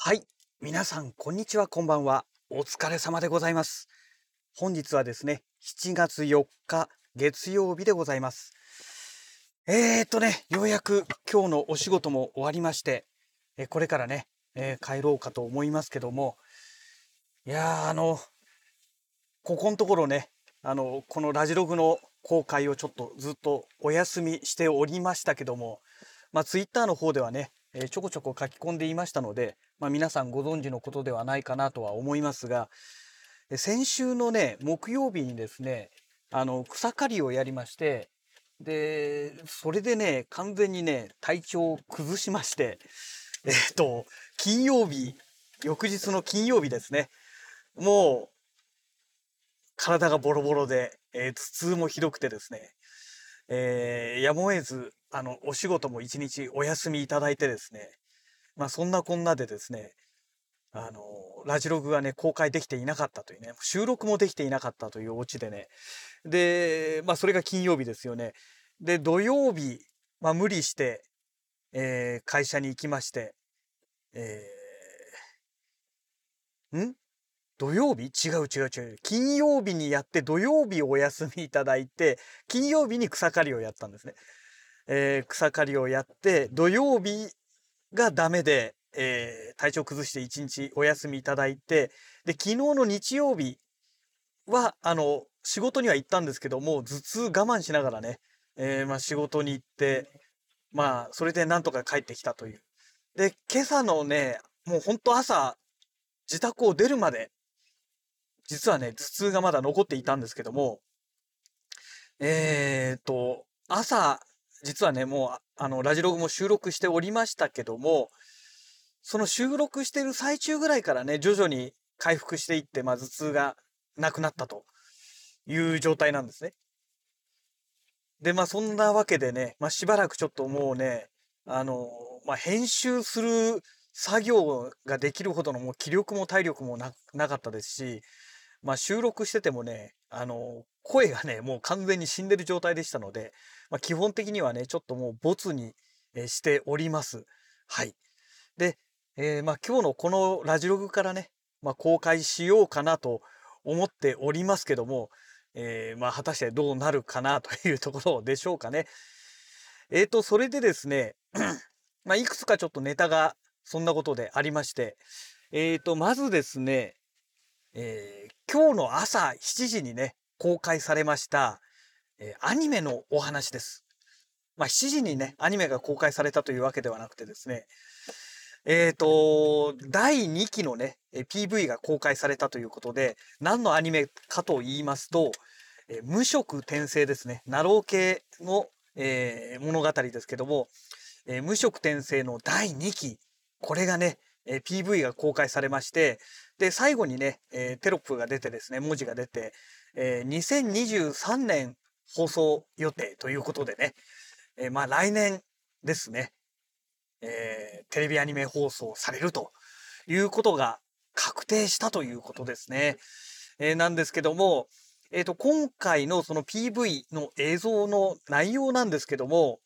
はい。皆さん、こんにちは、こんばんは。お疲れ様でございます。本日はですね、7月4日、月曜日でございます。ようやく今日のお仕事も終わりまして、これからね、帰ろうかと思いますけども、いやー、ここのところね、このラジログの公開をちょっとずっとお休みしておりましたけども、ツイッターの方ではね、ちょこちょこ書き込んでいましたので、皆さんご存知のことではないかなとは思いますが、先週のね、木曜日にですね、草刈りをやりまして、で、それでね、完全にね、体調を崩しまして、えっと、金曜日、翌日の金曜日ですね、もう、体がボロボロで、頭痛もひどくてですね、やむを得ず、お仕事も一日お休みいただいてですね、そんなこんなでですね、あの、ラジログがね、公開できていなかったというね、収録もできていなかったというオチでね。で、それが金曜日ですよね。で、土曜日、無理して、会社に行きまして、え土曜日違う違う違う。金曜日にやって土曜日お休みいただいて、金曜日に草刈りをやったんですね。草刈りをやって、土曜日がダメで、体調崩して1日お休みいただいて、で、昨日の日曜日は、仕事には行ったんですけども、頭痛我慢しながらね、仕事に行って、それでなんとか帰ってきたという。で、今朝のね、もうほんと朝、自宅を出るまで、実はね、頭痛がまだ残っていたんですけども、朝、実はね、もう、ラジログも収録しておりましたけども、その収録してる最中ぐらいからね、徐々に回復していって、頭痛がなくなったという状態なんですね。で、そんなわけでね、しばらくちょっともうね、編集する作業ができるほどのもう気力も体力もなかったですし、収録しててもね、声がね、もう完全に死んでる状態でしたので、基本的にはね、ちょっともうボツにしております。はい。で、今日のこのラジログからね、公開しようかなと思っておりますけども、果たしてどうなるかなというところでしょうかね。それでですね、いくつかちょっとネタがそんなことでありまして、まずですね、今日の朝7時にね、公開されました、アニメのお話です。7時にね、アニメが公開されたというわけではなくてですね、第2期のね、PV が公開されたということで、何のアニメかと言いますと、無職転生ですね。ナロー系の、物語ですけども、無職転生の第2期、これがね、PV が公開されまして、で、最後にね、テロップが出てですね、文字が出て、2023年放送予定ということでね、来年ですね、テレビアニメ放送されるということが確定したということですね。なんですけども、今回のその PV の映像の内容なんですけども、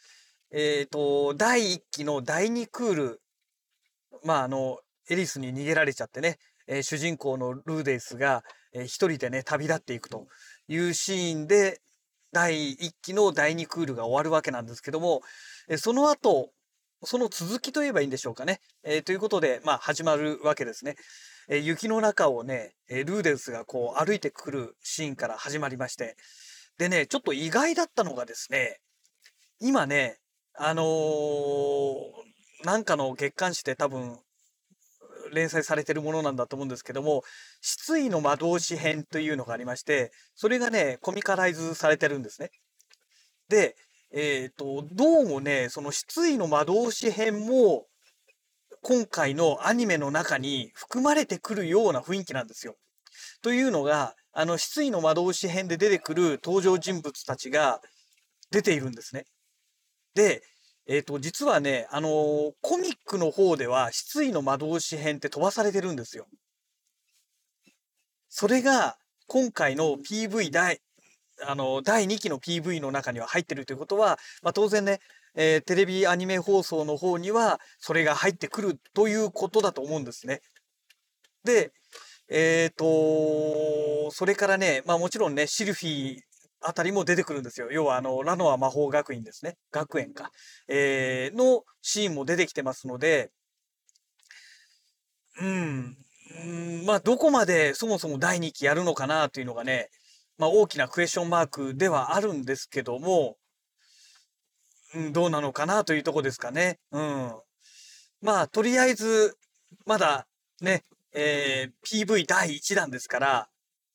第1期の第2クール、エリスに逃げられちゃってね、主人公のルーデイスが、一人でね、旅立っていくというシーンで、第1期の第2クールが終わるわけなんですけども、その後、その続きと言えばいいんでしょうかね。ということで、始まるわけですね。雪の中をね、ルーデウスがこう歩いてくるシーンから始まりまして。でね、ちょっと意外だったのがですね、今ね、なんかの月刊誌で多分連載されてるものなんだと思うんですけども、失意の魔導士編というのがありまして、それがね、コミカライズされてるんですね。で、どうもね、その失意の魔導士編も、今回のアニメの中に含まれてくるような雰囲気なんですよ。というのが、失意の魔導士編で出てくる登場人物たちが出ているんですね。で、実はね、コミックの方では失意の魔導士編って飛ばされてるんですよ。それが、今回の PV 第2期の PV の中には入ってるということは、当然ね、テレビアニメ放送の方にはそれが入ってくるということだと思うんですね。で、それからね、もちろんね、シルフィーあたりも出てくるんですよ。要はラノア魔法学院ですね。学園か。のシーンも出てきてますので、どこまでそもそも第2期やるのかなというのがね、大きなクエスチョンマークではあるんですけども、どうなのかなというとこですかね。とりあえず、まだね、PV 第1弾ですから、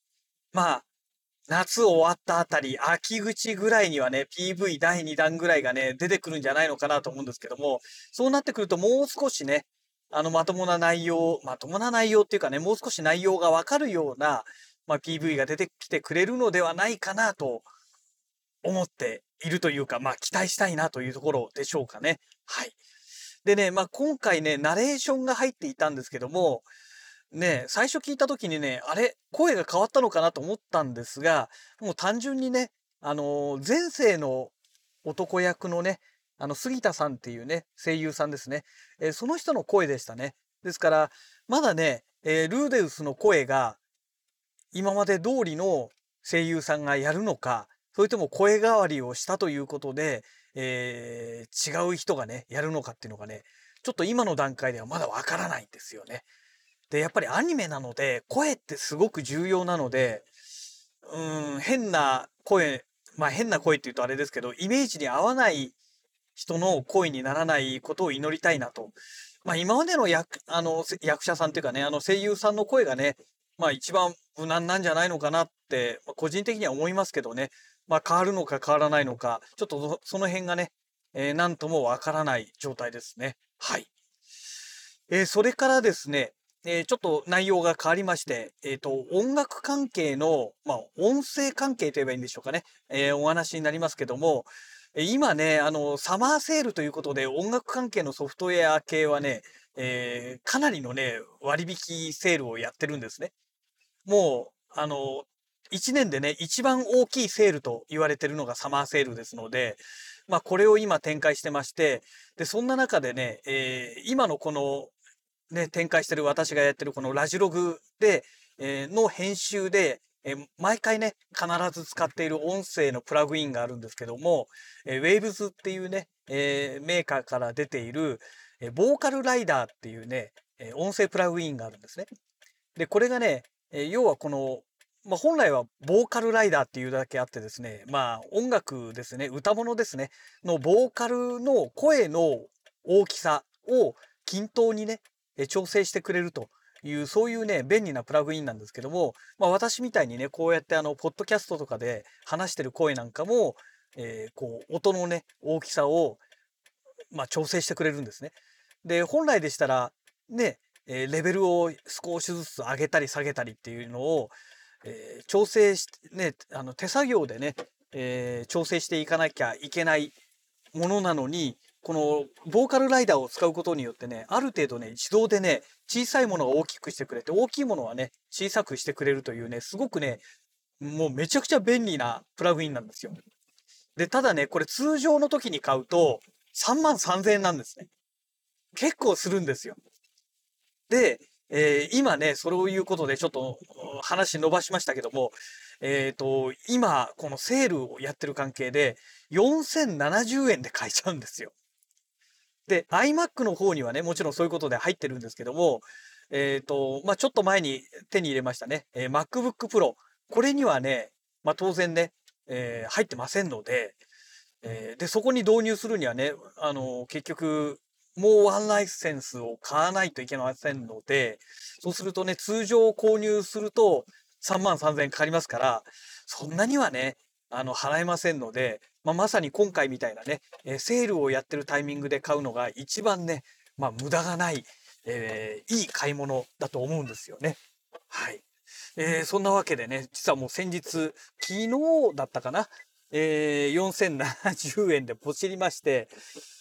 夏終わったあたり、秋口ぐらいにはね、PV 第2弾ぐらいがね、出てくるんじゃないのかなと思うんですけども、そうなってくるともう少しね、まともな内容っていうかね、もう少し内容がわかるような、PV が出てきてくれるのではないかなと思っているというか、期待したいなというところでしょうかね。はい。でね、今回ね、ナレーションが入っていたんですけども、ね、最初聞いた時にね、あれ、声が変わったのかなと思ったんですが、もう単純にね、前世の男役のね、杉田さんっていうね、声優さんですね。その人の声でしたね。ですから、まだね、ルーデウスの声が今まで通りの声優さんがやるのか、それとも声変わりをしたということで、違う人がね、やるのかっていうのがね、ちょっと今の段階ではまだわからないんですよね。で、やっぱりアニメなので、声ってすごく重要なので、変な声、変な声って言うとあれですけど、イメージに合わない人の声にならないことを祈りたいなと。今までの役者さんっていうかね、声優さんの声がね、一番無難なんじゃないのかなって、個人的には思いますけどね。変わるのか変わらないのか、ちょっとその辺がね、なんともわからない状態ですね。はい。それからですね、ちょっと内容が変わりまして、音楽関係の、音声関係と言えばいいんでしょうかね。お話になりますけども、今ね、サマーセールということで、音楽関係のソフトウェア系はね、かなりのね、割引セールをやってるんですね。もう、1年でね、一番大きいセールと言われてるのがサマーセールですので、これを今展開してまして、で、そんな中でね、今のこのね、展開してる私がやってるこのラジログで、の編集で、毎回ね、必ず使っている音声のプラグインがあるんですけども、Waves っていうね、メーカーから出ている、ボーカルライダーっていうね、音声プラグインがあるんですね。で、これがね、要はこの、本来はボーカルライダーっていうだけあってですね、音楽ですね、歌物ですね、のボーカルの声の大きさを均等にね、調整してくれるという、そういうね、便利なプラグインなんですけども、私みたいにね、こうやってポッドキャストとかで話してる声なんかも、こう、音のね、大きさを、調整してくれるんですね。で、本来でしたら、ね、レベルを少しずつ上げたり下げたりっていうのを、調整してね、手作業でね、調整していかなきゃいけないものなのに、このボーカルライダーを使うことによってね、ある程度ね、自動でね、小さいものを大きくしてくれて、大きいものはね、小さくしてくれるというね、すごくね、もうめちゃくちゃ便利なプラグインなんですよ。で、ただね、これ通常の時に買うと3万3000円なんですね。結構するんですよ。で、今ね、そういうことでちょっと話伸ばしましたけども、今、このセールをやってる関係で、4070円で買えちゃうんですよ。で、iMac の方にはね、もちろんそういうことで入ってるんですけども、ちょっと前に手に入れましたね、MacBook Pro。これにはね、当然ね、入ってませんので、で、そこに導入するにはね、結局、もうワンライセンスを買わないといけませんので、そうするとね、通常購入すると3万3000円かかりますから、そんなにはね、払えませんので、まさに今回みたいなね、セールをやってるタイミングで買うのが一番ね、無駄がない、いい買い物だと思うんですよね。はい。そんなわけでね、実はもう先日、昨日だったかな、4070円でポチりまして、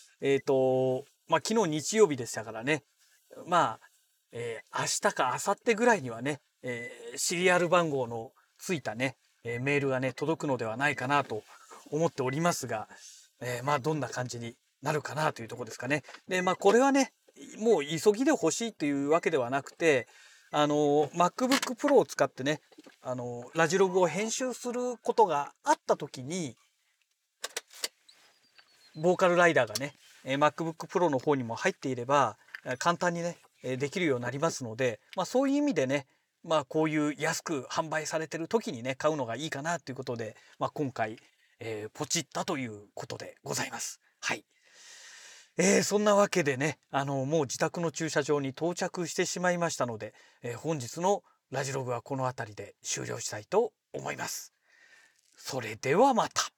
昨日日曜日でしたからね、まあ、明日か明後日ぐらいにはね、シリアル番号のついたね、 メールがね、届くのではないかなと思っておりますが、まあ、どんな感じになるかなというところですかね。で、まあ、これはね、もう急ぎで欲しいというわけではなくて、MacBook Pro を使ってね、ラジログを編集することがあった時に、ボーカルライダーがね、MacBook Pro の方にも入っていれば、簡単にね、できるようになりますので、まあ、そういう意味でね、まあ、こういう安く販売されてる時にね、買うのがいいかなということで、まあ、今回、ポチったということでございます。はい。そんなわけでね、もう自宅の駐車場に到着してしまいましたので、本日のラジログはこの辺りで終了したいと思います。それではまた。